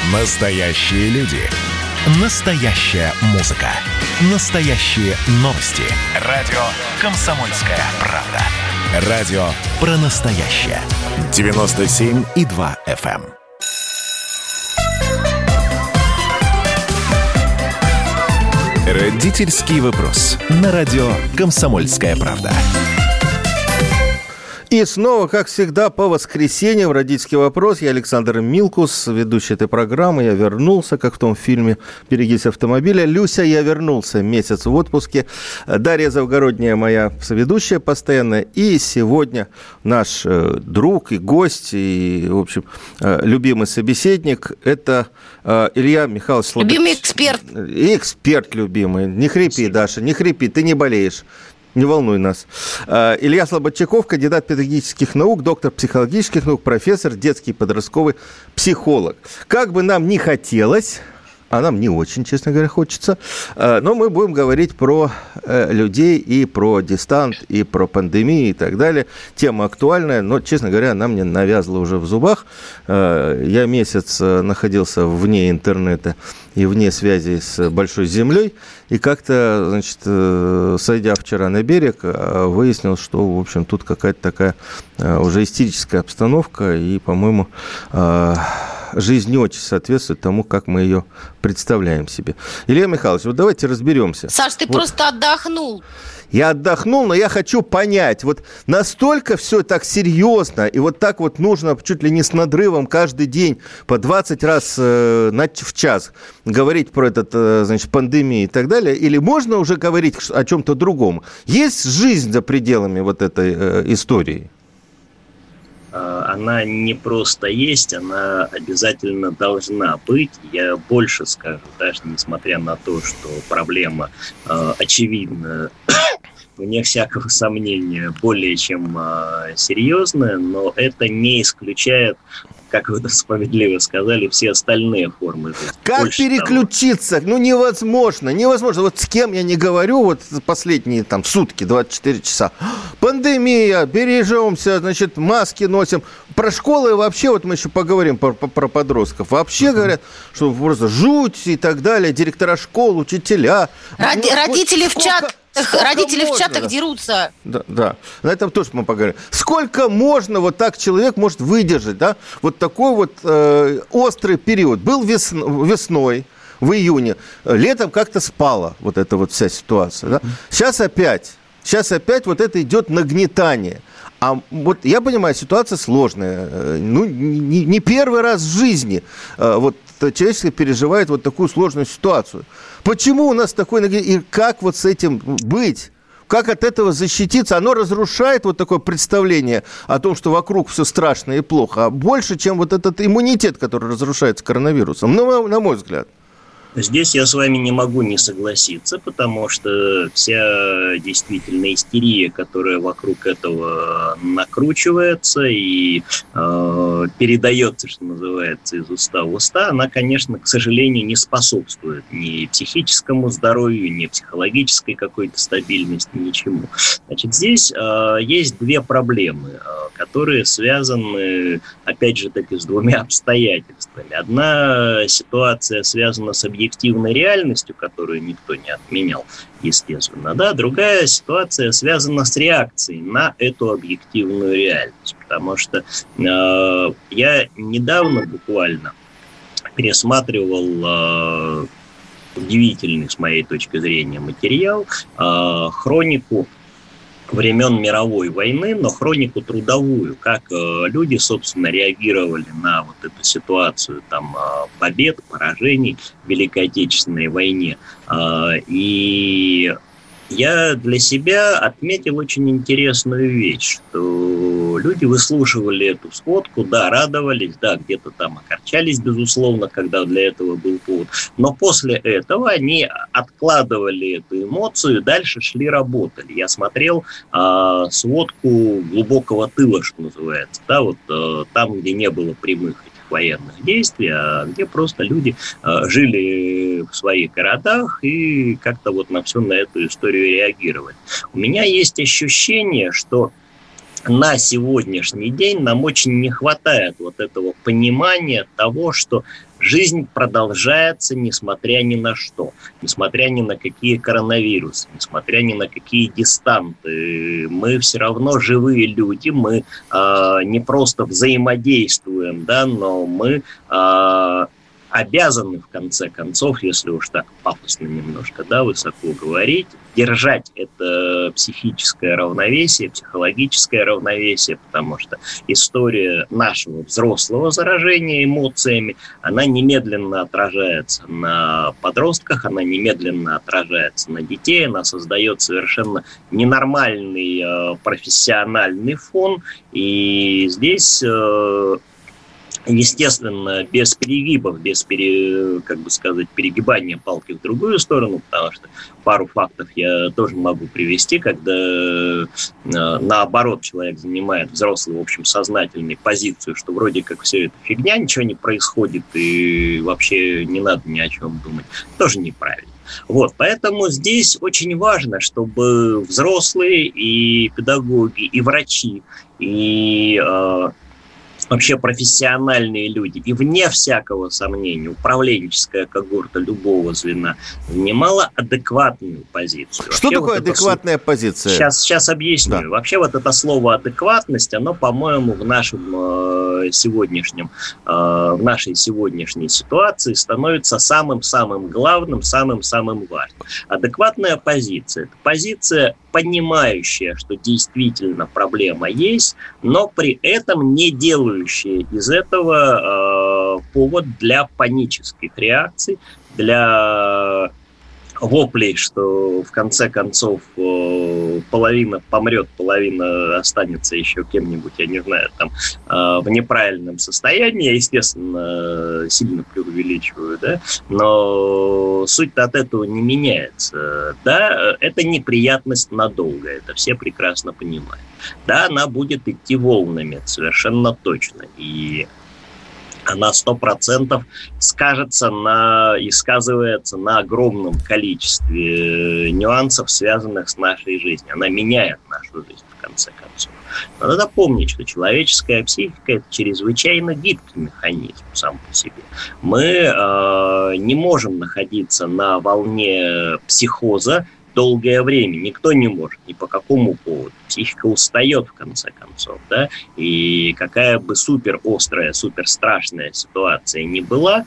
Настоящие люди. Настоящая музыка. Настоящие новости. Радио «Комсомольская правда». Радио про настоящее. 97,2 FM. Родительский вопрос. На радио «Комсомольская правда». И снова, как всегда, по воскресеньям «Родительский вопрос». Я Александр Милкус, ведущий этой программы. Я вернулся, как в том фильме «Берегись автомобиля». Люся, я вернулся, месяц в отпуске. Дарья Завгородняя, моя соведущая постоянная. И сегодня наш друг и гость, и, в общем, любимый собеседник – это Илья Михайлович Слободчиков. Любимый эксперт. Эксперт любимый. Не хрипи, Даша, не хрипи, ты не болеешь. Не волнуй нас. Илья Слободчиков, кандидат педагогических наук, доктор психологических наук, профессор, детский подростковый психолог. Как бы нам ни хотелось, а нам не очень, честно говоря, хочется, но мы будем говорить про людей и про дистант, и про пандемию и так далее. Тема актуальная, но, честно говоря, она мне навязла уже в зубах. Я месяц находился вне интернета и вне связи с большой землей, и как-то, значит, сойдя вчера на берег, выяснил, что, в общем, тут какая-то такая уже истерическая обстановка, и, по-моему, жизнь не очень соответствует тому, как мы ее представляем себе. Илья Михайлович, вот давайте разберемся. Саш, ты просто отдохнул. Я отдохнул, но я хочу понять, вот настолько все так серьезно, и вот так вот нужно чуть ли не с надрывом каждый день по 20 раз в час говорить про этот, значит, пандемию и так далее, или можно уже говорить о чем-то другом? Есть жизнь за пределами вот этой истории? Она не просто есть, она обязательно должна быть. Я больше скажу, даже несмотря на то, что проблема очевидна, вне всякого сомнения, более чем серьезная, но это не исключает, как вы справедливо сказали, все остальные формы жизни. Как больше переключиться? Того. Ну, невозможно. Вот с кем я не говорю, вот последние там сутки, 24 часа. Пандемия, бережемся, значит, маски носим. Про школы вообще, вот мы еще поговорим про подростков. Вообще говорят, что просто жуть и так далее. Директора школ, учителя. Родители в чат. Родители в чатах дерутся. Да, на этом тоже мы поговорим. Сколько можно вот так человек может выдержать, да? Вот такой вот острый период. Был весной, в июне. Летом как-то спала вот эта вот вся ситуация. Да? Сейчас опять вот это идет нагнетание. А вот я понимаю, ситуация сложная. Ну, не первый раз в жизни вот человечество переживает вот такую сложную ситуацию. Почему у нас такой нагнетание? И как вот с этим быть? Как от этого защититься? Оно разрушает вот такое представление о том, что вокруг все страшно и плохо, а больше, чем вот этот иммунитет, который разрушается коронавирусом, ну, на мой взгляд. Здесь я с вами не могу не согласиться, потому что вся действительно истерия, которая вокруг этого накручивается и передается, что называется, из уста в уста, она, конечно, к сожалению, не способствует ни психическому здоровью, ни психологической какой-то стабильности, ничему. Значит, здесь есть две проблемы, которые связаны, опять же таки, с двумя обстоятельствами. Одна ситуация связана с объективной реальностью, которую никто не отменял, естественно, да. Другая ситуация связана с реакцией на эту объективную реальность, потому что я недавно буквально пересматривал удивительный, с моей точки зрения, материал, хронику времен мировой войны, но хронику трудовую, как люди, собственно, реагировали на вот эту ситуацию там, побед, поражений в Великой Отечественной войне. И я для себя отметил очень интересную вещь, что люди выслушивали эту сводку, да, радовались, да, где-то там огорчались, безусловно, когда для этого был повод, но после этого они откладывали эту эмоцию, дальше шли, работали. Я смотрел сводку глубокого тыла, что называется, да, вот там, где не было прямых военных действий, а где просто люди жили в своих городах и как-то вот на всю на эту историю реагировали. У меня есть ощущение, что на сегодняшний день нам очень не хватает вот этого понимания того, что жизнь продолжается, несмотря ни на что, несмотря ни на какие коронавирусы, несмотря ни на какие дистанты. Мы все равно живые люди, мы не просто взаимодействуем, да, но мы обязаны, в конце концов, если уж так пафосно немножко, да, высоко говорить, держать это психическое равновесие, психологическое равновесие, потому что история нашего взрослого заражения эмоциями, она немедленно отражается на подростках, она немедленно отражается на детей, она создает совершенно ненормальный профессиональный фон, и здесь... Естественно, без перегибов, без перегибания палки в другую сторону, потому что пару фактов я тоже могу привести, когда наоборот человек занимает взрослую, в общем, сознательную позицию, что вроде как все это фигня, ничего не происходит и вообще не надо ни о чем думать. Тоже неправильно. Вот, поэтому здесь очень важно, чтобы взрослые и педагоги, и врачи, и вообще профессиональные люди, и вне всякого сомнения управленческая когорта любого звена занимала адекватную позицию. Что вообще такое адекватная позиция? Сейчас объясню. Да. Вообще вот это слово адекватность, оно, по-моему, в нашей сегодняшней ситуации становится самым-самым главным, самым-самым важным. Адекватная позиция – это позиция, понимающая, что действительно проблема есть, но при этом не делающая из этого повод для панических реакций, для воплей, что в конце концов половина помрет, половина останется еще кем-нибудь, я не знаю, там, в неправильном состоянии. Я, естественно, сильно преувеличиваю, да, но суть-то от этого не меняется. Да, это неприятность надолго, это все прекрасно понимают. Да, она будет идти волнами, совершенно точно, и она 100% скажется и сказывается на огромном количестве нюансов, связанных с нашей жизнью. Она меняет нашу жизнь, в конце концов. Но надо помнить, что человеческая психика – это чрезвычайно гибкий механизм сам по себе. Мы не можем находиться на волне психоза долгое время. Никто не может, ни по какому поводу. Психика устает, в конце концов, да, и какая бы супер острая, супер страшная ситуация ни была,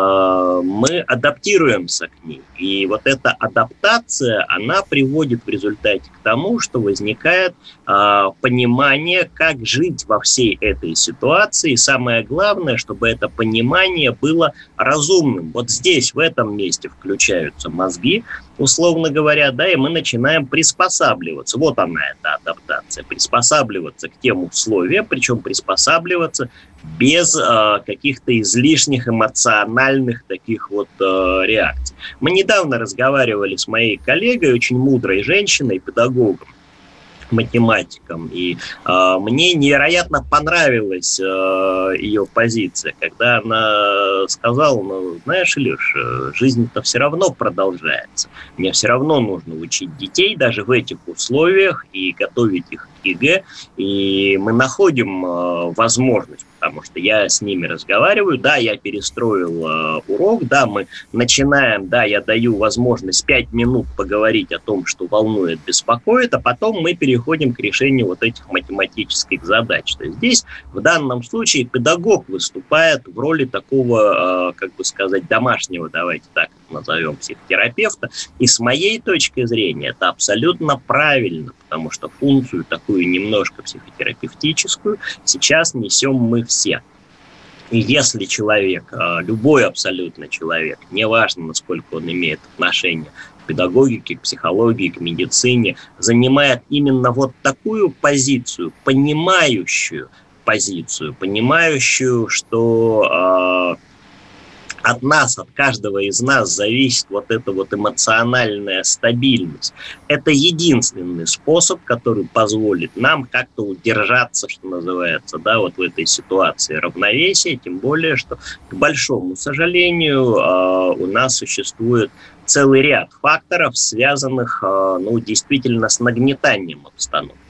мы адаптируемся к ней. И вот эта адаптация, она приводит в результате к тому, что возникает понимание, как жить во всей этой ситуации. И самое главное, чтобы это понимание было разумным. Вот здесь, в этом месте включаются мозги, условно говоря, да, и мы начинаем приспосабливаться. Вот она, эта адаптация. Приспосабливаться к тем условиям, причем приспосабливаться без каких-то излишних эмоциональных таких вот реакций. Мы недавно разговаривали с моей коллегой, очень мудрой женщиной, педагогом, математиком, и мне невероятно понравилась ее позиция, когда она сказала: ну, знаешь, Илюш, жизнь-то все равно продолжается, мне все равно нужно учить детей даже в этих условиях и готовить их к ЕГЭ, и мы находим возможность, потому что я с ними разговариваю, да, я перестроил урок, да, мы начинаем, да, я даю возможность 5 минут поговорить о том, что волнует, беспокоит, а потом мы переходим к решению вот этих математических задач. То есть здесь в данном случае педагог выступает в роли такого, как бы сказать, домашнего, давайте так назовем, психотерапевта, и с моей точки зрения это абсолютно правильно, потому что функцию такую немножко психотерапевтическую сейчас несем мы все. И если человек, любой абсолютно человек, неважно, насколько он имеет отношение к педагогике, к психологии, к медицине, занимает именно вот такую позицию, понимающую позицию, понимающую, что от нас, от каждого из нас зависит вот эта вот эмоциональная стабильность. Это единственный способ, который позволит нам как-то удержаться, что называется, да, вот в этой ситуации равновесия, тем более, что, к большому сожалению, у нас существует целый ряд факторов, связанных, ну, действительно с нагнетанием обстановки.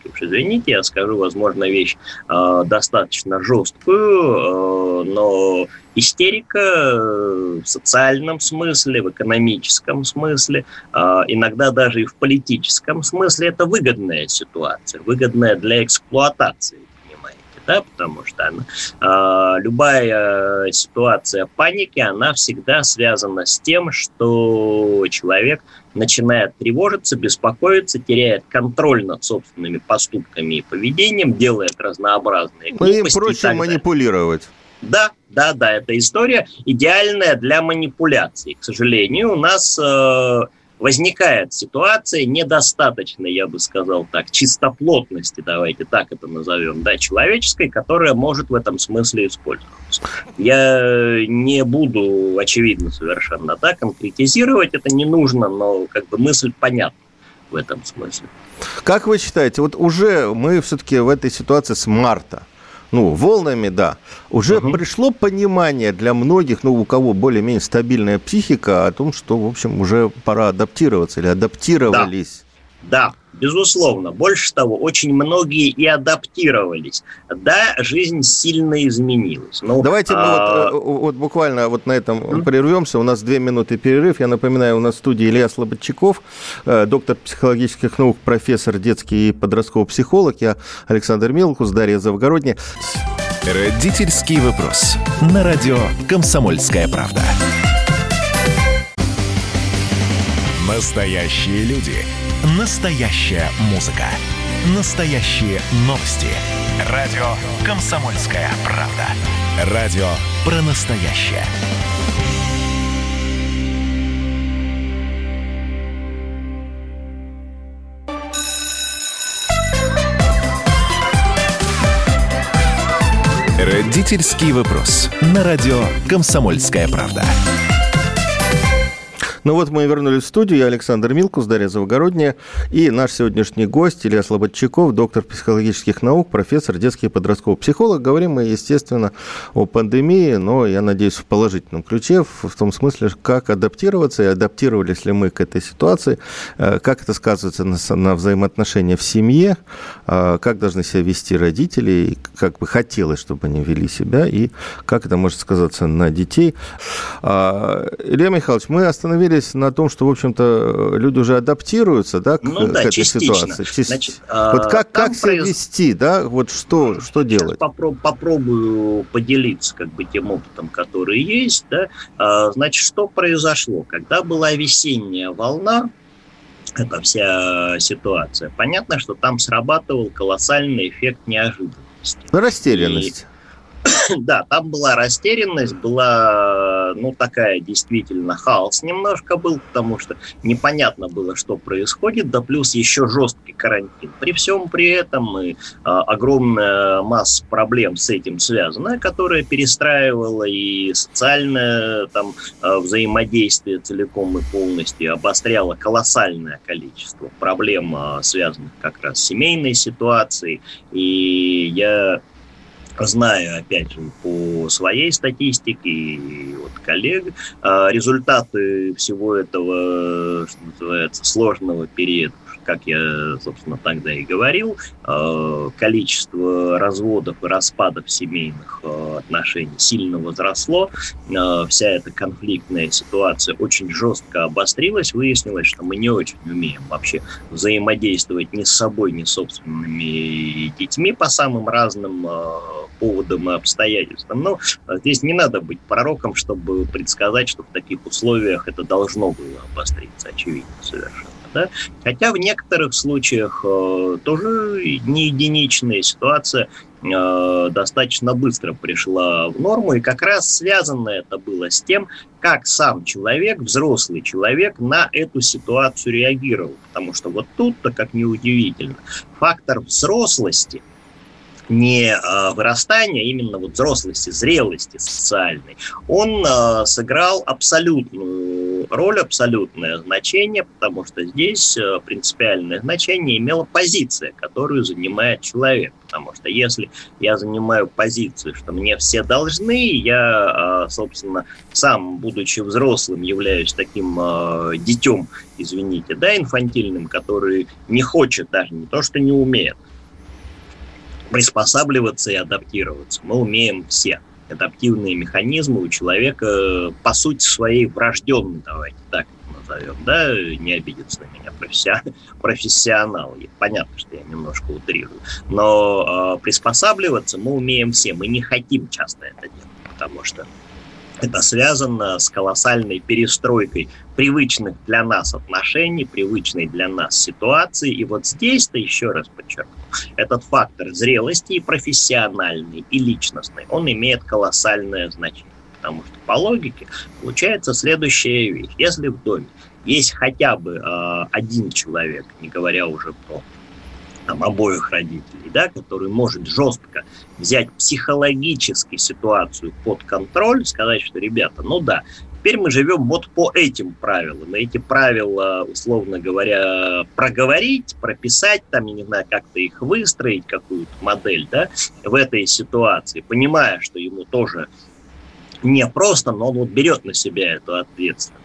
уж извините, я скажу, возможно, вещь достаточно жесткую, но истерика в социальном смысле, в экономическом смысле, иногда даже и в политическом смысле это выгодная ситуация, выгодная для эксплуатации. Да, потому что любая ситуация паники, она всегда связана с тем, что человек начинает тревожиться, беспокоиться, теряет контроль над собственными поступками и поведением, делает разнообразные глупости. Им проще манипулировать. Да, эта история идеальная для манипуляций. К сожалению, у нас возникает ситуация недостаточной, я бы сказал так, чистоплотности, давайте так это назовем, да, человеческой, которая может в этом смысле использоваться. Я не буду, очевидно, совершенно, да, конкретизировать, это не нужно, но как бы мысль понятна в этом смысле. Как вы считаете, вот уже мы все-таки в этой ситуации с марта, волнами, да, уже пришло понимание для многих, у кого более-менее стабильная психика, о том, что, в общем, уже пора адаптироваться или адаптировались? Да, безусловно. Больше того, очень многие и адаптировались. Да, жизнь сильно изменилась. Давайте мы буквально на этом прервемся. У нас 2 минуты перерыв. Я напоминаю, у нас в студии Илья Слободчиков, доктор психологических наук, профессор, детский и подростковый психолог. Я Александр Милкус, Дарья Завгородняя. Родительский вопрос. На радио «Комсомольская правда». Настоящие люди. Настоящая музыка. Настоящие новости. Радио «Комсомольская правда». Радио про настоящее. Родительский вопрос. На радио «Комсомольская правда». Мы вернулись в студию. Я Александр Милкус, Дарья Завгородняя. И наш сегодняшний гость Илья Слободчиков, доктор психологических наук, профессор, детский и подростковый психолог. Говорим мы, естественно, о пандемии, но, я надеюсь, в положительном ключе, в том смысле, как адаптироваться, и адаптировались ли мы к этой ситуации, как это сказывается на взаимоотношения в семье, как должны себя вести родители, и как бы хотелось, чтобы они вели себя, и как это может сказаться на детей. Илья Михайлович, мы остановились на том, что, в общем-то, люди уже адаптируются, да, к этой ситуации. Значит, как себя вести, да, что делать? Попробую поделиться тем опытом, который есть, да. Значит, что произошло? Когда была весенняя волна, эта вся ситуация, понятно, что там срабатывал колоссальный эффект неожиданности. Растерянность. Да, там была растерянность, была, такая действительно хаос немножко был, потому что непонятно было, что происходит, да плюс еще жесткий карантин. При всем при этом и огромная масса проблем с этим связана, которая перестраивала и социальное взаимодействие целиком и полностью, обостряла колоссальное количество проблем, связанных как раз с семейной ситуацией. И я знаю, опять же, по своей статистике и от коллег, результаты всего этого, что называется, сложного периода, как я, собственно, тогда и говорил, количество разводов и распадов семейных отношений сильно возросло, вся эта конфликтная ситуация очень жестко обострилась, выяснилось, что мы не очень умеем вообще взаимодействовать ни с собой, ни с собственными детьми по самым разным поводам и обстоятельствам. Но здесь не надо быть пророком, чтобы предсказать, что в таких условиях это должно было обостриться, очевидно, совершенно. Да? Хотя в некоторых случаях тоже не единичная ситуация достаточно быстро пришла в норму, и как раз связано это было с тем, как сам человек, взрослый человек, на эту ситуацию реагировал. Потому что вот тут-то, как ни удивительно, фактор взрослости, не вырастания, именно взрослости, зрелости социальной, он сыграл абсолютную роль, абсолютное значение, потому что здесь принципиальное значение имела позиция, которую занимает человек. Потому что если я занимаю позицию, что мне все должны, я, собственно, сам, будучи взрослым, являюсь таким детем, извините, инфантильным, который не хочет, даже не то, что не умеет, приспосабливаться и адаптироваться мы умеем все. Адаптивные механизмы у человека, по сути своей, врожденные, давайте так это назовем, да, не обидятся на меня профессионалы. Понятно, что я немножко утрирую, но приспосабливаться мы умеем все, мы не хотим часто это делать, потому что это связано с колоссальной перестройкой привычных для нас отношений, привычной для нас ситуации. И вот здесь-то, еще раз подчеркну, этот фактор зрелости и профессиональный, и личностный, он имеет колоссальное значение. Потому что по логике получается следующая вещь. Если в доме есть хотя бы один человек, не говоря уже про обоих родителей, да, который может жестко взять психологически ситуацию под контроль, сказать, что, ребята, ну да, теперь мы живем вот по этим правилам. И эти правила, условно говоря, проговорить, прописать, там, я не знаю, как-то их выстроить, какую-то модель, да, в этой ситуации, понимая, что ему тоже непросто, но он вот берет на себя эту ответственность,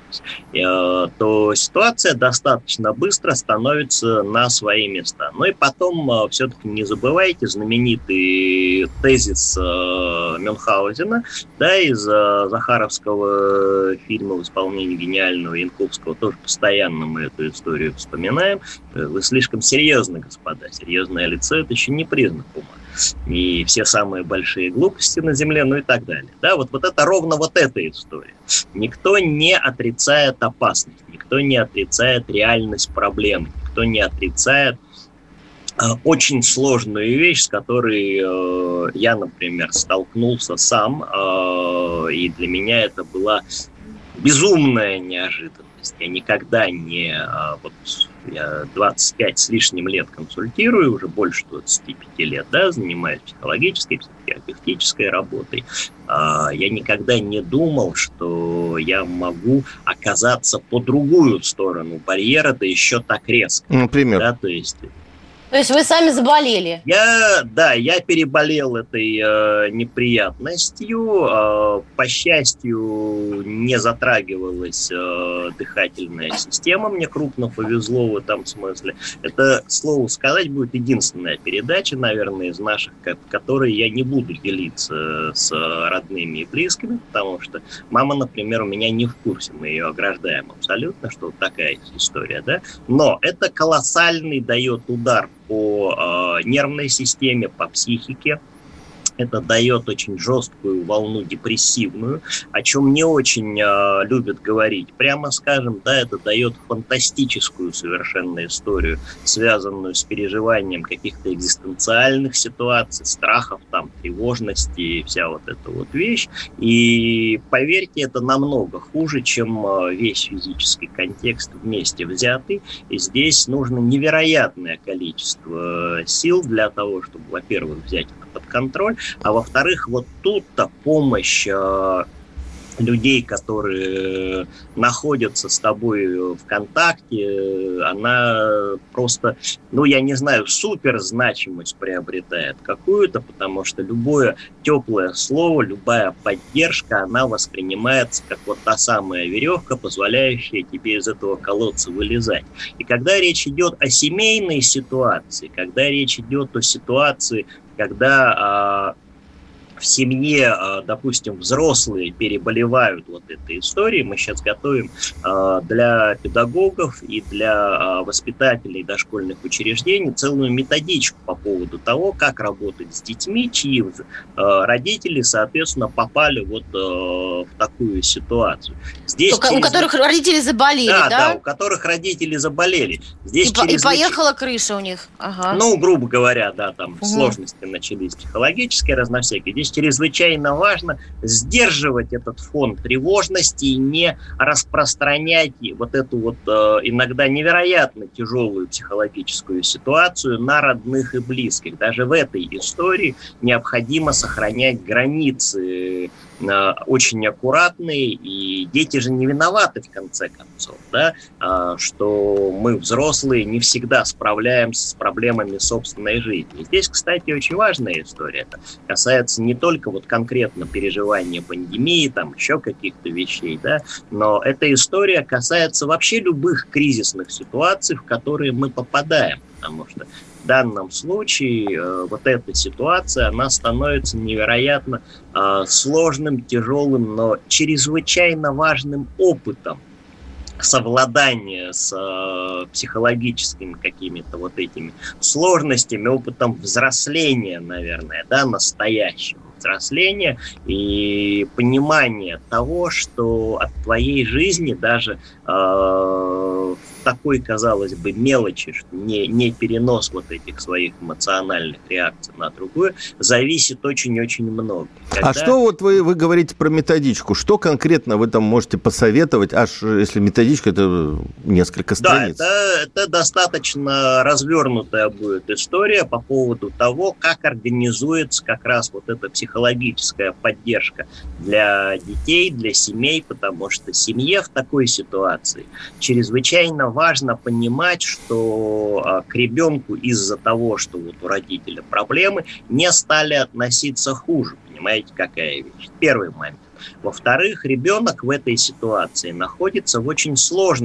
то ситуация достаточно быстро становится на свои места. Ну и потом все-таки не забывайте знаменитый тезис Мюнхгаузена, да, из захаровского фильма в исполнении гениального Янковского, тоже постоянно мы эту историю вспоминаем. Вы слишком серьезны, господа. Серьезное лицо – это еще не признак ума. И все самые большие глупости на земле, ну и так далее. Да, вот это ровно вот эта история. Никто не отрицает опасность, никто не отрицает реальность проблемы, никто не отрицает очень сложную вещь, с которой я, например, столкнулся сам, и для меня это была безумная неожиданность. Я никогда не... Я 25 с лишним лет консультирую, уже больше 25 лет, да, занимаюсь психологической, психотерапевтической работой. Я никогда не думал, что я могу оказаться по другую сторону барьера, да еще так резко. Например? Да, то есть вы сами заболели? Я переболел этой неприятностью. По счастью, не затрагивалась дыхательная система. Мне крупно повезло в этом смысле. Это, к слову сказать, будет единственная передача, наверное, из наших, в которой я не буду делиться с родными и близкими, потому что мама, например, у меня не в курсе. Мы ее ограждаем абсолютно, что вот такая история, да. Но это колоссальный дает удар по нервной системе, по психике. Это дает очень жесткую волну депрессивную, о чем не очень любят говорить. Прямо скажем, да, это дает фантастическую совершенно историю, связанную с переживанием каких-то экзистенциальных ситуаций, страхов, там, тревожности и вся вот эта вот вещь. И поверьте, это намного хуже, чем весь физический контекст вместе взятый. И здесь нужно невероятное количество сил для того, чтобы, во-первых, взять это под контроль, а во-вторых, вот тут-то помощь людей, которые находятся с тобой в контакте, она просто, я не знаю, супер значимость приобретает какую-то, потому что любое теплое слово, любая поддержка, она воспринимается как вот та самая веревка, позволяющая тебе из этого колодца вылезать. И когда речь идет о семейной ситуации, когда речь идет о ситуации, когда в семье, допустим, взрослые переболевают вот этой историей, мы сейчас готовим для педагогов и для воспитателей дошкольных учреждений целую методичку по поводу того, как работать с детьми, чьи родители, соответственно, попали вот в такую ситуацию. Здесь у которых родители заболели, да? Да, у которых родители заболели. Здесь и поехала крыша у них. Ага. Грубо говоря, да, там сложности начались психологические, разновсякие. Здесь чрезвычайно важно сдерживать этот фон тревожности и не распространять вот эту вот иногда невероятно тяжелую психологическую ситуацию на родных и близких. Даже в этой истории необходимо сохранять границы очень аккуратные, и дети же не виноваты в конце концов, да, что мы, взрослые, не всегда справляемся с проблемами собственной жизни. Здесь, кстати, очень важная история. Это касается не только вот конкретно переживания пандемии, там еще каких-то вещей, да, но эта история касается вообще любых кризисных ситуаций, в которые мы попадаем, потому что в данном случае вот эта ситуация, она становится невероятно сложным, тяжелым, но чрезвычайно важным опытом совладания с психологическими какими-то вот этими сложностями, опытом взросления, наверное, да, настоящего взросления и понимания того, что от твоей жизни даже такой, казалось бы, мелочи, что не перенос вот этих своих эмоциональных реакций на другую, зависит очень-очень много. А что вот вы говорите про методичку? Что конкретно вы там можете посоветовать? Аж если методичка, это несколько страниц. Да, это достаточно развернутая будет история по поводу того, как организуется как раз вот эта психологическая поддержка для детей, для семей, потому что семье в такой ситуации чрезвычайно важно понимать, что к ребенку из-за того, что вот у родителя проблемы, не стали относиться хуже. Понимаете, какая вещь? Первый момент. Во-вторых, ребенок в этой ситуации находится в очень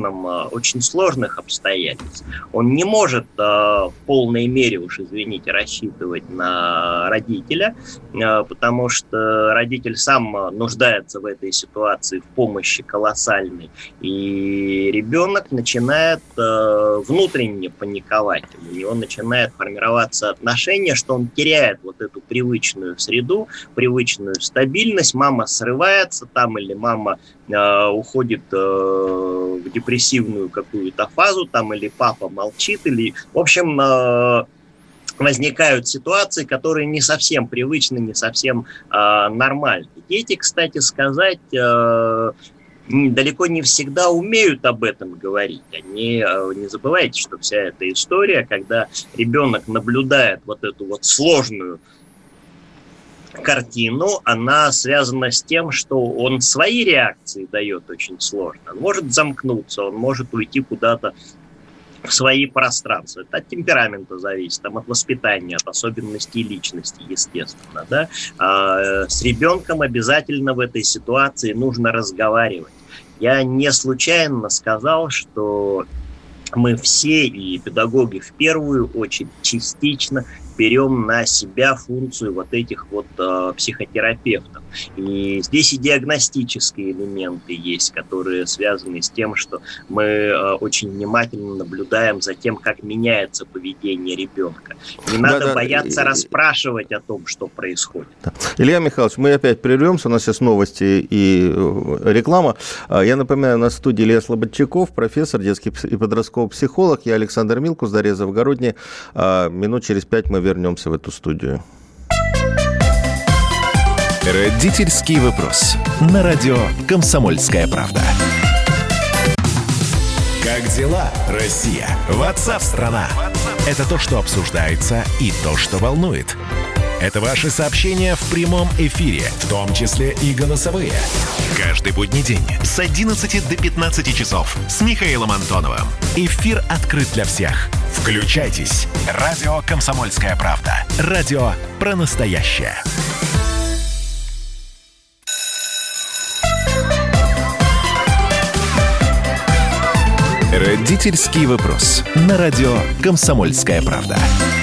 сложных обстоятельствах. Он не может в полной мере, уж извините, рассчитывать на родителя, потому что родитель сам нуждается в этой ситуации в помощи колоссальной. И ребенок начинает внутренне паниковать. У него начинает формироваться отношение, что он теряет вот эту привычную среду, привычную стабильность. Мама срывается там, или мама уходит в депрессивную какую-то фазу, там, или папа молчит, или, в общем, возникают ситуации, которые не совсем привычны, не совсем нормальны. Дети, кстати сказать, далеко не всегда умеют об этом говорить. Не забывайте, что вся эта история, когда ребенок наблюдает вот эту вот сложную картину, она связана с тем, что он свои реакции дает очень сложно. Он может замкнуться, он может уйти куда-то в свои пространства. Это от темперамента зависит, там, от воспитания, от особенностей личности, естественно. Да? С ребенком обязательно в этой ситуации нужно разговаривать. Я не случайно сказал, что мы все, и педагоги в первую очередь, частично берем на себя функцию вот этих вот психотерапевтов. И здесь и диагностические элементы есть, которые связаны с тем, что мы очень внимательно наблюдаем за тем, как меняется поведение ребенка. Не надо бояться расспрашивать о том, что происходит. Илья Михайлович, мы опять прервемся, у нас сейчас новости и реклама. Я напоминаю, у нас в студии Илья Слободчиков, профессор, детский и подростковый психолог. Я Александр Милкус, Дарья Завгородняя. Минут через 5 мы вернемся в эту студию. Родительский вопрос. На радио «Комсомольская правда». Как дела, Россия? WhatsApp-страна. Это то, что обсуждается, и то, что волнует. Это ваши сообщения в прямом эфире, в том числе и голосовые. Каждый будний день с 11 до 15 часов с Михаилом Антоновым. Эфир открыт для всех. Включайтесь. Радио «Комсомольская правда». Радио про настоящее. Родительский вопрос. На радио «Комсомольская правда».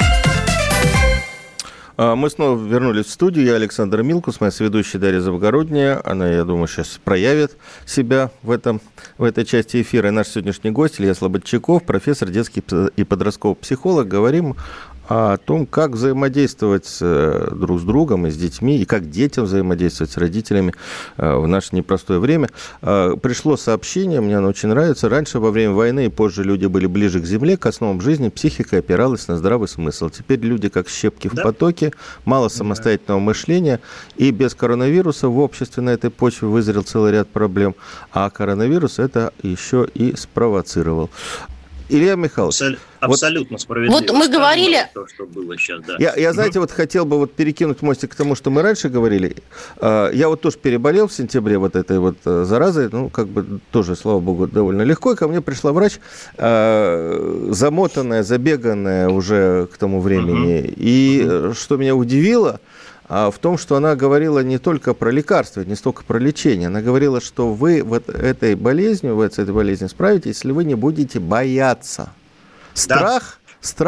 Мы снова вернулись в студию. Я Александр Милкус, моя соведущая Дарья Завгородняя. Она, я думаю, сейчас проявит себя в этой части эфира. И наш сегодняшний гость Илья Слободчиков, профессор, детский и подростковый психолог. Говорим о том, как взаимодействовать друг с другом и с детьми, и как детям взаимодействовать с родителями в наше непростое время. Пришло сообщение, мне оно очень нравится. Раньше, во время войны и позже люди были ближе к земле, к основам жизни, психика опиралась на здравый смысл. Теперь люди как щепки в потоке, мало самостоятельного мышления, и без коронавируса в обществе на этой почве вызрел целый ряд проблем, а коронавирус это еще и спровоцировал. Илья Михайлович. Абсолютно справедливо. Вот мы говорили... То, что было сейчас, да. Я знаете, вот хотел бы перекинуть мостик к тому, что мы раньше говорили. Я вот тоже переболел в сентябре вот этой вот заразой, тоже, слава богу, довольно легко. И ко мне пришла врач, замотанная, забеганная уже к тому времени. И что меня удивило, в том, что она говорила не только про лекарства, не столько про лечение. Она говорила, что вы с этой болезнью справитесь, если вы не будете бояться. Страх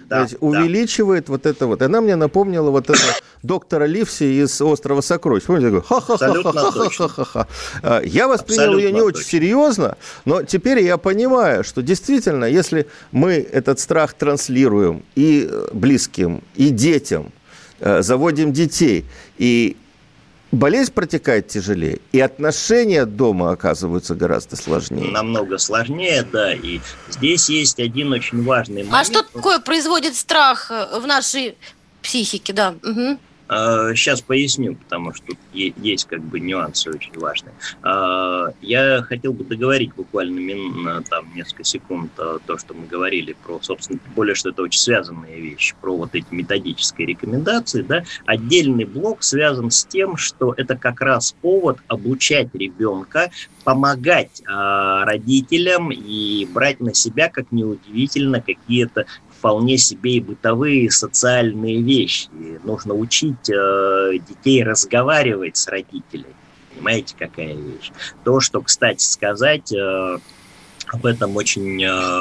увеличивает вот это вот. Она мне напомнила вот это доктора Ливси из «Острова сокровищ». Помните, ха-ха-ха-ха-ха-ха-ха-ха. Я воспринял ее не очень серьезно, но теперь я понимаю, что действительно, если мы этот страх транслируем и близким, и детям, заводим детей, и болезнь протекает тяжелее, и отношения дома оказываются гораздо сложнее. Намного сложнее, да. И здесь есть один очень важный момент. А что такое производит страх в нашей психике, да? Угу. Сейчас поясню, потому что тут есть как бы нюансы очень важные. Я хотел бы договорить буквально там несколько секунд то, что мы говорили про, собственно, тем более, что это очень связанные вещи, про вот эти методические рекомендации, да. Отдельный блок связан с тем, что это как раз повод обучать ребенка, помогать родителям и брать на себя, как ни удивительно, какие-то вполне себе и бытовые, и социальные вещи. Нужно учить детей разговаривать с родителями. Понимаете, какая вещь? То, что, кстати сказать, об этом очень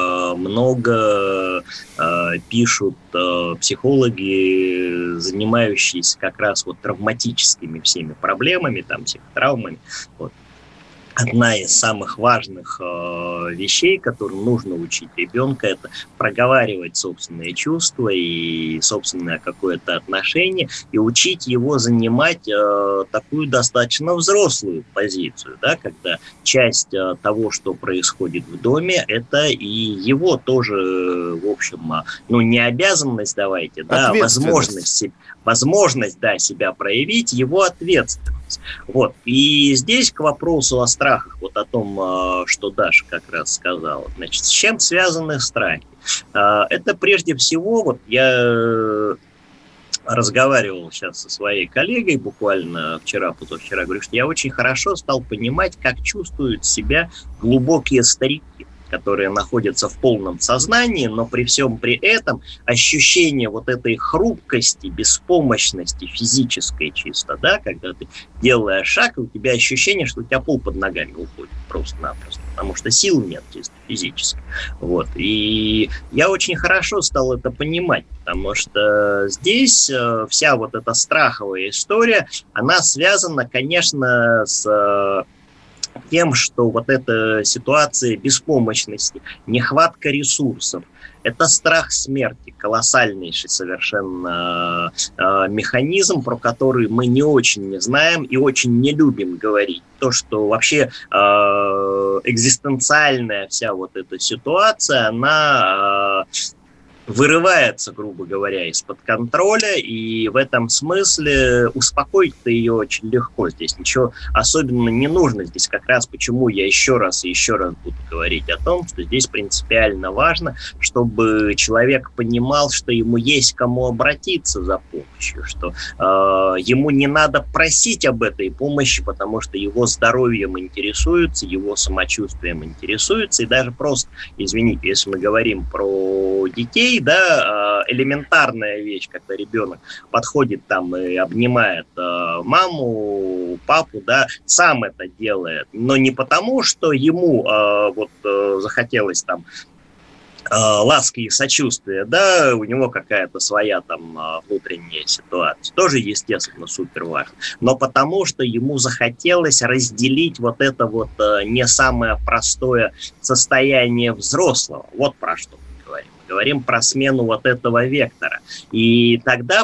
много пишут психологи, занимающиеся как раз вот травматическими всеми проблемами, там, психотравмами. Вот. Одна из самых важных вещей, которым нужно учить ребенка, это проговаривать собственные чувства и собственное какое-то отношение, и учить его занимать такую достаточно взрослую позицию, да, когда часть того, что происходит в доме, это и его тоже, в общем, не обязанность, давайте, да, возможность, да, себя проявить, его ответственность. Вот. И здесь к вопросу о страхах, вот о том, что Даша как раз сказала. Значит, с чем связаны страхи? Это прежде всего, вот я разговаривал сейчас со своей коллегой буквально позавчера, говорю, что я очень хорошо стал понимать, как чувствуют себя глубокие старики, которые находятся в полном сознании, но при всем при этом ощущение вот этой хрупкости, беспомощности физической чисто, да, когда ты делаешь шаг, и у тебя ощущение, что у тебя пол под ногами уходит просто-напросто, потому что сил нет чисто физически. Вот. И я очень хорошо стал это понимать, потому что здесь вся вот эта страховая история, она связана, конечно, с тем, что вот эта ситуация беспомощности, нехватка ресурсов, это страх смерти, колоссальнейший совершенно механизм, про который мы не очень знаем и очень не любим говорить. То, что вообще экзистенциальная вся вот эта ситуация, она вырывается, грубо говоря, из-под контроля, и в этом смысле успокоить-то ее очень легко. Здесь ничего особенно не нужно. Здесь как раз почему я еще раз буду говорить о том, что здесь принципиально важно, чтобы человек понимал, что ему есть кому обратиться за помощью, что ему не надо просить об этой помощи, потому что его здоровьем интересуются, его самочувствием интересуются, и даже просто, извините, если мы говорим про детей, да, элементарная вещь, когда ребенок подходит там и обнимает маму, папу, да, сам это делает, но не потому, что ему захотелось там ласки и сочувствия, да, у него какая-то своя там внутренняя ситуация, тоже, естественно, супер важно, но потому, что ему захотелось разделить вот это вот не самое простое состояние взрослого, вот про что мы говорим. Говорим про смену вот этого вектора. И тогда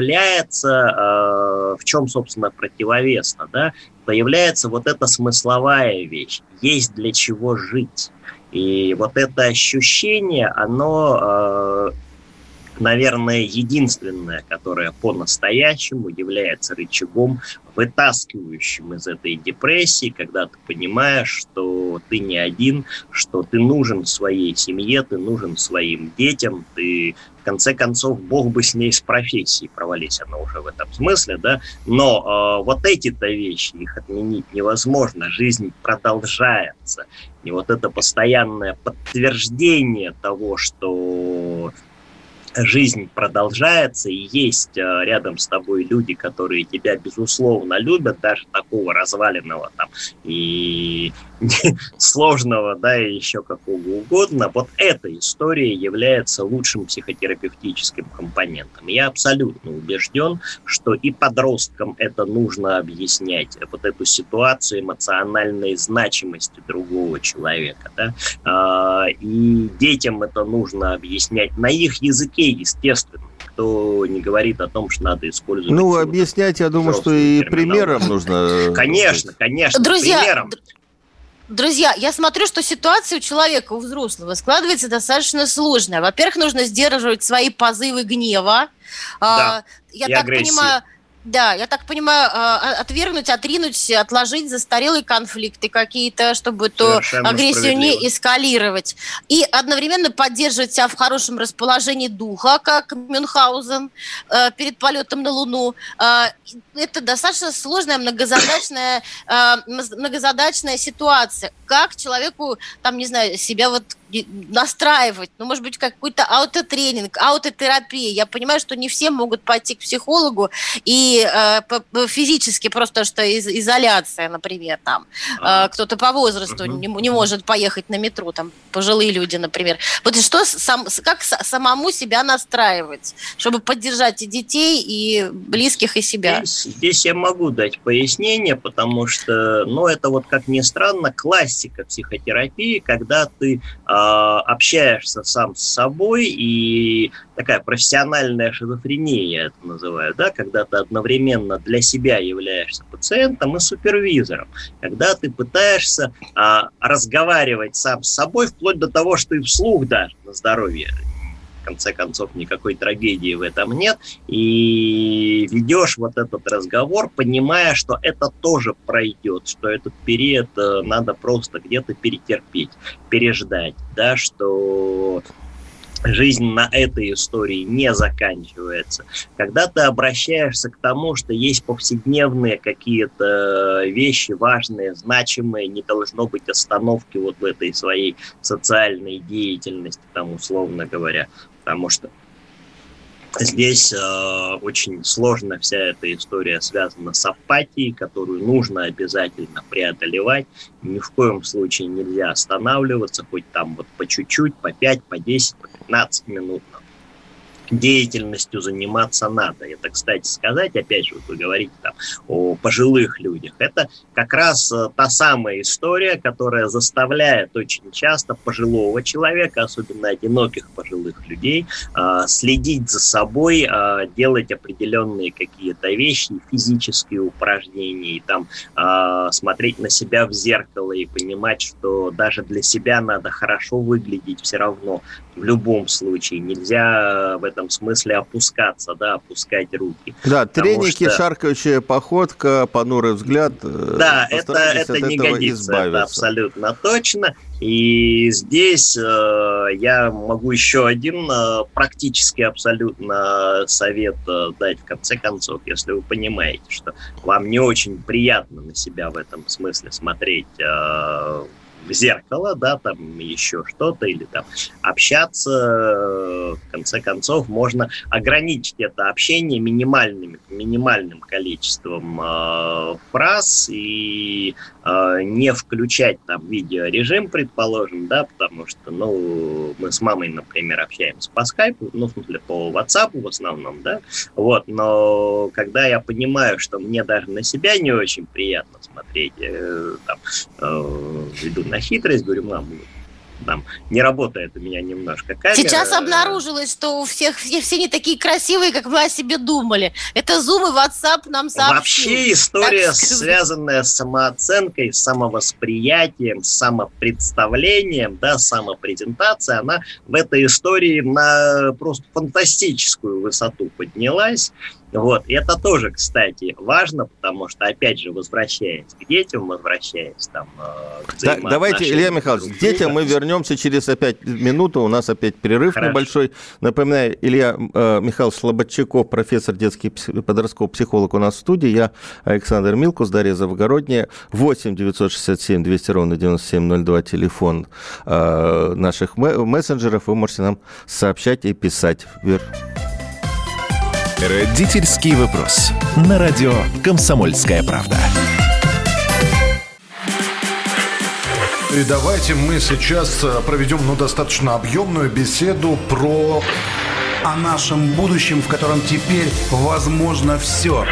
появляется, в чем, собственно, противовесно, да, появляется вот эта смысловая вещь. Есть для чего жить. И вот это ощущение, оно, наверное, единственное, которое по-настоящему является рычагом, вытаскивающим из этой депрессии, когда ты понимаешь, что ты не один, что ты нужен своей семье, ты нужен своим детям, ты, в конце концов, Бог бы с ней с профессией, провались она уже в этом смысле, да, но вот эти-то вещи, их отменить невозможно, жизнь продолжается, и вот это постоянное подтверждение того, что жизнь продолжается, и есть рядом с тобой люди, которые тебя, безусловно, любят, даже такого разваленного там и сложного, да, и еще какого угодно. Вот эта история является лучшим психотерапевтическим компонентом. Я абсолютно убежден, что и подросткам это нужно объяснять, вот эту ситуацию эмоциональной значимости другого человека, да, и детям это нужно объяснять на их языке, естественно. Кто не говорит о том, что надо использовать... Ну, объяснять, я думаю, что и примером нужно... Конечно, примером. Друзья, я смотрю, что ситуация у человека, у взрослого, складывается достаточно сложная. Во-первых, нужно сдерживать свои позывы гнева. Да, я так понимаю... Да, я так понимаю, отвергнуть, отринуть, отложить застарелые конфликты какие-то, чтобы эту агрессию не эскалировать. И одновременно поддерживать себя в хорошем расположении духа, как Мюнхгаузен перед полетом на Луну. Это достаточно сложная, многозадачная ситуация. Как человеку, там, не знаю, себя вот настраивать, ну, может быть, какой-то аутотренинг, аутотерапия. Я понимаю, что не все могут пойти к психологу и физически просто что изоляция, например, там кто-то по возрасту не может поехать на метро, там пожилые люди, например. Вот что как самому себя настраивать, чтобы поддержать и детей, и близких, и себя? Здесь я могу дать пояснение, потому что, ну, это вот, как ни странно, классика психотерапии, когда ты общаешься сам с собой, и такая профессиональная шизофрения, я это называю, да, когда ты одновременно для себя являешься пациентом и супервизором, когда ты пытаешься разговаривать сам с собой, вплоть до того, что и вслух даже на здоровье. В конце концов, никакой трагедии в этом нет, и ведешь вот этот разговор, понимая, что это тоже пройдет, что этот период надо просто где-то перетерпеть, переждать, да, что жизнь на этой истории не заканчивается. Когда ты обращаешься к тому, что есть повседневные какие-то вещи важные, значимые, не должно быть остановки вот в этой своей социальной деятельности, там, условно говоря, потому что здесь очень сложно вся эта история связана с апатией, которую нужно обязательно преодолевать. Ни в коем случае нельзя останавливаться, хоть там вот по чуть-чуть, по 5, по 10, по 15 минут. Деятельностью заниматься надо. Это, кстати, сказать, опять же, вы говорите там о пожилых людях. Это как раз та самая история, которая заставляет очень часто пожилого человека, особенно одиноких пожилых людей, следить за собой, делать определенные какие-то вещи, физические упражнения, и там смотреть на себя в зеркало и понимать, что даже для себя надо хорошо выглядеть все равно. В любом случае нельзя в этом смысле опускаться, да, опускать руки. Да, треники, шаркающая походка, понурый взгляд. Да, это не годится, это абсолютно точно. И здесь я могу еще один практически абсолютно совет дать в конце концов, если вы понимаете, что вам не очень приятно на себя в этом смысле смотреть в зеркало, да, там еще что-то, или там общаться, в конце концов, можно ограничить это общение минимальным количеством фраз и не включать там видеорежим, предположим, да, потому что, ну, мы с мамой, например, общаемся по скайпу, ну, в смысле, по WhatsApp в основном, да, вот, но когда я понимаю, что мне даже на себя не очень приятно смотреть, там, иду на хитрость, говорю, мам, там не работает у меня немножко камера. Сейчас обнаружилось, что у всех все не такие красивые, как мы о себе думали. Это Zoom и WhatsApp нам сообщил. Вообще история, связанная с самооценкой, с самовосприятием, с самопредставлением, да, самопрезентацией, она в этой истории на просто фантастическую высоту поднялась. Вот, и это тоже, кстати, важно, потому что, опять же, возвращаясь к детям, возвращаясь там к взаимоотношениям. Давайте, Илья Михайлович, к детям мы вернемся через опять минуту, у нас опять перерыв небольшой. Напоминаю, Илья Михайлович Слободчаков, профессор, детский подростковый психолог у нас в студии, я Александр Милкус, Дарья Завгородняя, 8 967 200 ровно 9702, телефон наших мессенджеров, вы можете нам сообщать и писать. Родительский вопрос. На радио «Комсомольская правда». И давайте мы сейчас проведем достаточно объемную беседу о нашем будущем, в котором теперь возможно все.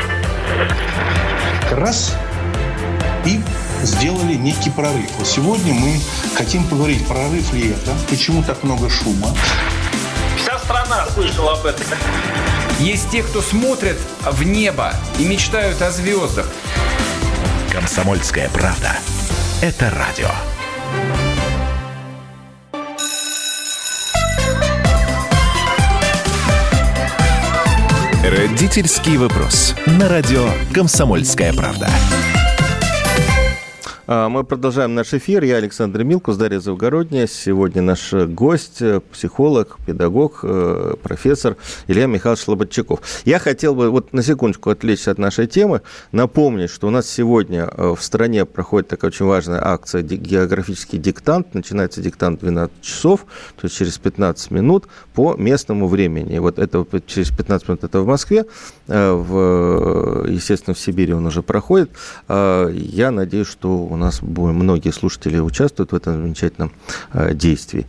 Раз и сделали некий прорыв. Вот сегодня мы хотим поговорить, прорыв ли это, почему так много шума. Вся страна слышала об этом. Есть те, кто смотрят в небо и мечтают о звездах. «Комсомольская правда». Это радио. Родительский вопрос. На радио «Комсомольская правда». Мы продолжаем наш эфир. Я Александр Милкус, Дарья Завгородняя. Сегодня наш гость, психолог, педагог, профессор Илья Михайлович Слободчаков. Я хотел бы вот на секундочку отвлечься от нашей темы, напомнить, что у нас сегодня в стране проходит такая очень важная акция «Географический диктант». Начинается диктант в 12 часов, то есть через 15 минут по местному времени. Вот это через 15 минут это в Москве, естественно, в Сибири он уже проходит. Я надеюсь, что у нас многие слушатели участвуют в этом замечательном действии.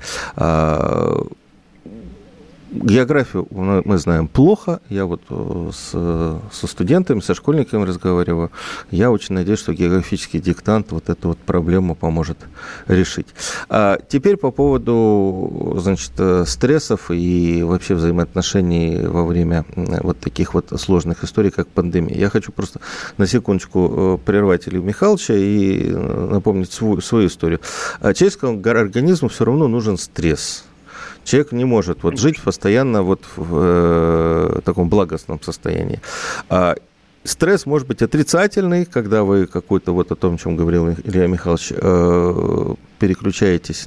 Географию мы знаем плохо. Я вот со студентами, со школьниками разговариваю. Я очень надеюсь, что географический диктант вот эту вот проблему поможет решить. Теперь по поводу, значит, стрессов и вообще взаимоотношений во время вот таких вот сложных историй, как пандемия. Я хочу просто на секундочку прервать Илью Михайловича и напомнить свою историю. Человеческому организму все равно нужен стресс. Человек не может вот жить постоянно вот в таком благостном состоянии. Стресс может быть отрицательный, когда вы какой-то вот о том, о чем говорил Илья Михайлович, переключаетесь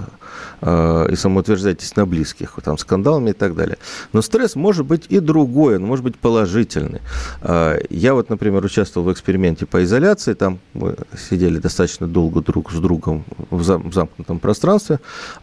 и самоутверждаетесь на близких, там, скандалами и так далее. Но стресс может быть и другой, он может быть положительный. Я вот, например, участвовал в эксперименте по изоляции, там мы сидели достаточно долго друг с другом в замкнутом пространстве,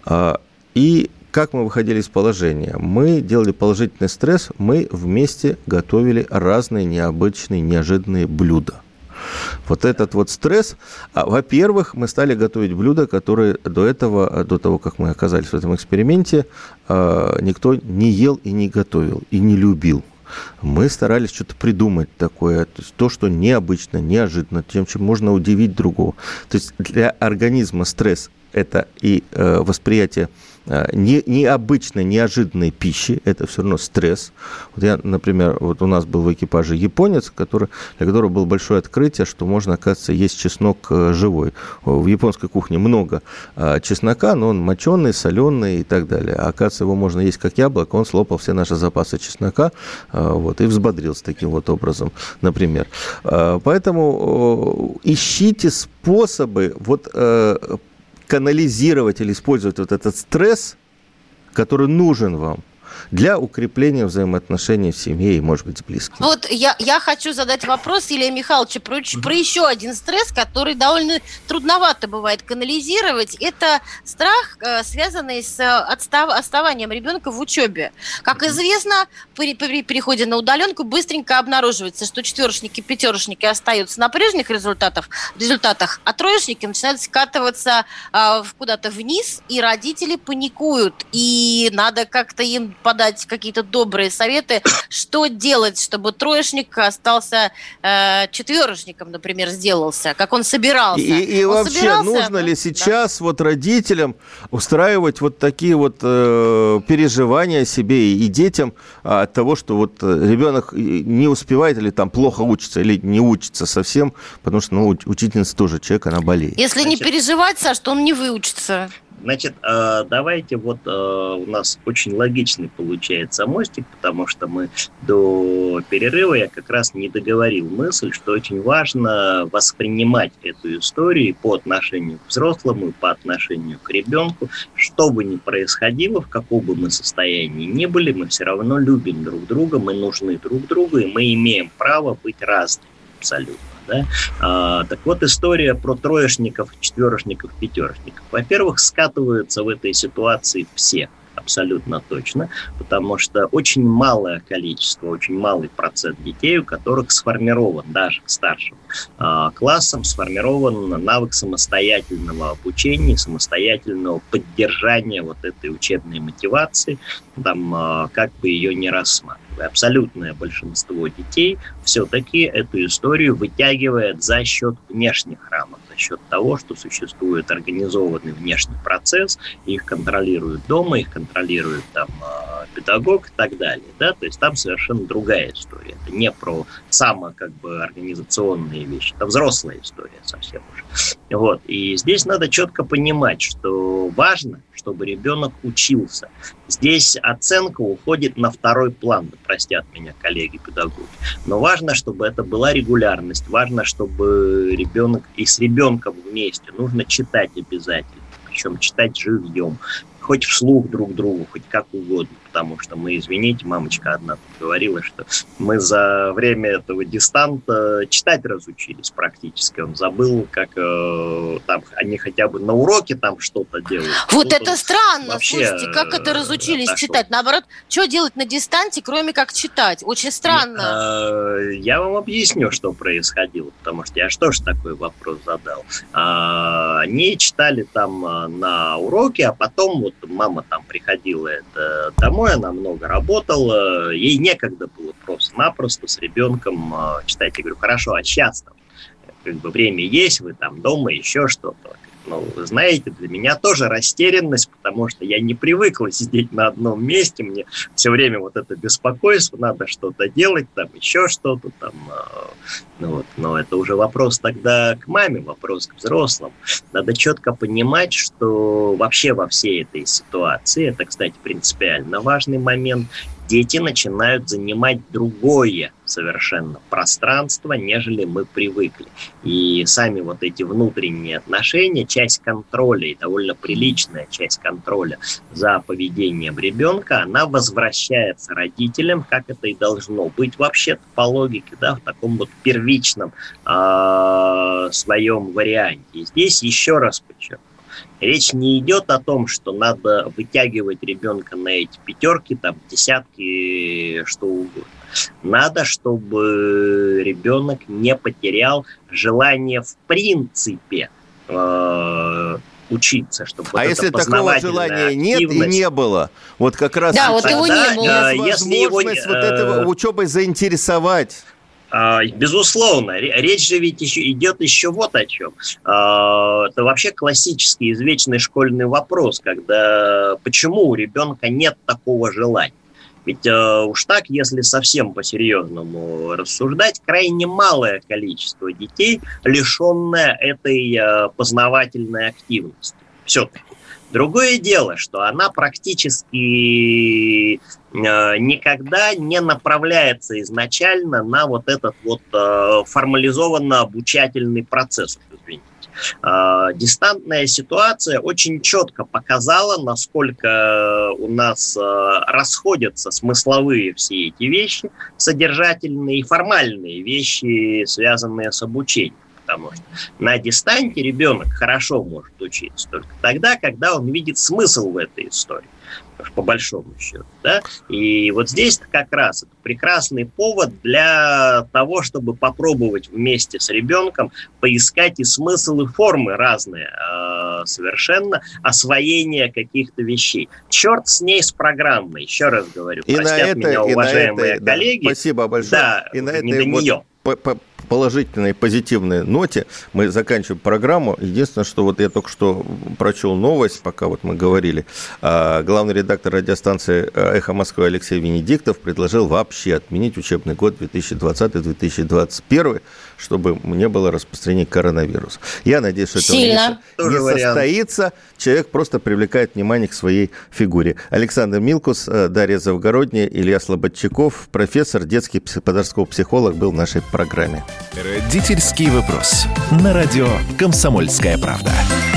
и как мы выходили из положения? Мы делали положительный стресс, мы вместе готовили разные необычные, неожиданные блюда. Вот этот вот стресс, во-первых, мы стали готовить блюда, которые до того, как мы оказались в этом эксперименте, никто не ел и не готовил, и не любил. Мы старались что-то придумать такое, то, что необычно, неожиданно, тем, чем можно удивить другого. То есть для организма стресс – это и восприятие необычной, неожиданной пищи, это все равно стресс. Вот я, например, вот у нас был в экипаже японец, для которого было большое открытие, что можно, оказывается, есть чеснок живой. В японской кухне много чеснока, но он моченый, соленый и так далее. А оказывается, его можно есть как яблоко, он слопал все наши запасы чеснока вот, и взбодрился таким вот образом, например. Поэтому ищите способы вот канализировать или использовать вот этот стресс, который нужен вам для укрепления взаимоотношений в семье и, может быть, с близкими. Вот я хочу задать вопрос Илье Михайловичу про еще один стресс, который довольно трудновато бывает канализировать. Это страх, связанный с отставанием ребенка в учебе. Как известно, при переходе на удаленку быстренько обнаруживается, что четверошники, пятерошники остаются на прежних результатах, а троечники начинают скатываться куда-то вниз, и родители паникуют. И надо как-то им подать какие-то добрые советы, что делать, чтобы троечник остался четверочником, например, сделался, как он собирался. И он вообще, собирался, нужно ли сейчас вот родителям устраивать вот такие вот переживания себе и детям от того, что вот ребенок не успевает или там плохо учится, или не учится совсем, потому что, учительница тоже человек, она болеет. Если не переживать, Саш, то он не выучится. Значит, давайте у нас очень логичный получается мостик, потому что мы до перерыва я как раз не договорил мысль, что очень важно воспринимать эту историю по отношению к взрослому и по отношению к ребенку. Что бы ни происходило, в каком бы мы состоянии ни были, мы все равно любим друг друга, мы нужны друг другу, и мы имеем право быть разными абсолютно. Да? Так вот, история про троечников, четверошников, пятерошников. Во-первых, скатываются в этой ситуации все, абсолютно точно, потому что очень малое количество, очень малый процент детей, у которых сформирован даже к старшим классам, сформирован навык самостоятельного обучения, самостоятельного поддержания вот этой учебной мотивации, там, как бы ее ни рассматривать. Абсолютное большинство детей все-таки эту историю вытягивает за счет внешних рамок, за счет того, что существует организованный внешний процесс, их контролируют дома, их контролирует там педагог и так далее. Да? То есть там совершенно другая история. Это не про организационные вещи, это взрослая история совсем уже. Вот. И здесь надо четко понимать, что важно, чтобы ребенок учился. Здесь оценка уходит на второй план, простят меня коллеги-педагоги. Но важно, чтобы это была регулярность, важно, чтобы ребенок и с ребенком вместе нужно читать обязательно, причем читать живьем, хоть вслух друг другу, хоть как угодно, потому что мы, извините, мамочка одна говорила, что мы за время этого дистанта читать разучились практически. Он забыл, как там они хотя бы на уроке там что-то делают. Вот тут это странно, слушайте, как это разучились читать? Наоборот, что делать на дистанте, кроме как читать? Очень странно. Я вам объясню, что происходило, потому что я что ж такой вопрос задал. Они читали там на уроке, а потом вот мама там приходила домой, она много работала, ей некогда было просто-напросто с ребенком читать. Я говорю, хорошо, а сейчас там как бы время есть, вы там дома, еще что-то. Ну, вы знаете, для меня тоже растерянность, потому что я не привыкла сидеть на одном месте, мне все время вот это беспокойство, надо что-то делать, там еще что-то там. Вот. Но это уже вопрос тогда к маме, вопрос к взрослым. Надо четко понимать, что вообще во всей этой ситуации, это, кстати, принципиально важный момент, дети начинают занимать другое совершенно пространство, нежели мы привыкли. И сами вот эти внутренние отношения, часть контроля, и довольно приличная часть контроля за поведением ребенка, она возвращается родителям, как это и должно быть вообще-то по логике, да, в таком вот первичном своем варианте. И здесь еще раз подчеркну. Речь не идет о том, что надо вытягивать ребенка на эти пятерки, там, десятки, что угодно. Надо, чтобы ребенок не потерял желание в принципе учиться, чтобы а вот если такого желания нет и не было, вот как раз да, вот его не было. Если возможность вот этого учебой заинтересовать. Безусловно, речь же ведь идет еще вот о чем. Это вообще классический извечный школьный вопрос, когда почему у ребенка нет такого желания. Ведь уж так, если совсем по-серьезному рассуждать, крайне малое количество детей, лишенное этой познавательной активности. Все-таки. Другое дело, что она практически никогда не направляется изначально на вот этот вот формализованно-обучательный процесс. Извините. Дистантная ситуация очень четко показала, насколько у нас расходятся смысловые все эти вещи, содержательные и формальные вещи, связанные с обучением. Потому что на дистанте ребенок хорошо может учиться только тогда, когда он видит смысл в этой истории, по большому счету. Да? И вот здесь как раз это прекрасный повод для того, чтобы попробовать вместе с ребенком поискать и смысл, и формы разные совершенно освоения каких-то вещей. Черт с ней, с программой, еще раз говорю. И простят меня уважаемые коллеги. Да, спасибо большое. Да, и на не до нее. положительной, позитивной ноте мы заканчиваем программу. Единственное, что вот я только что прочел новость, пока вот мы говорили. Главный редактор радиостанции «Эхо Москвы» Алексей Венедиктов предложил вообще отменить учебный год 2020-2021, чтобы не было распространения коронавируса. Я надеюсь, что это не состоится. Человек просто привлекает внимание к своей фигуре. Александр Милкус, Дарья Завгородняя, Илья Слободчаков, профессор, детский подростковый психолог, был в нашей программе. Родительский вопрос. На радио «Комсомольская правда».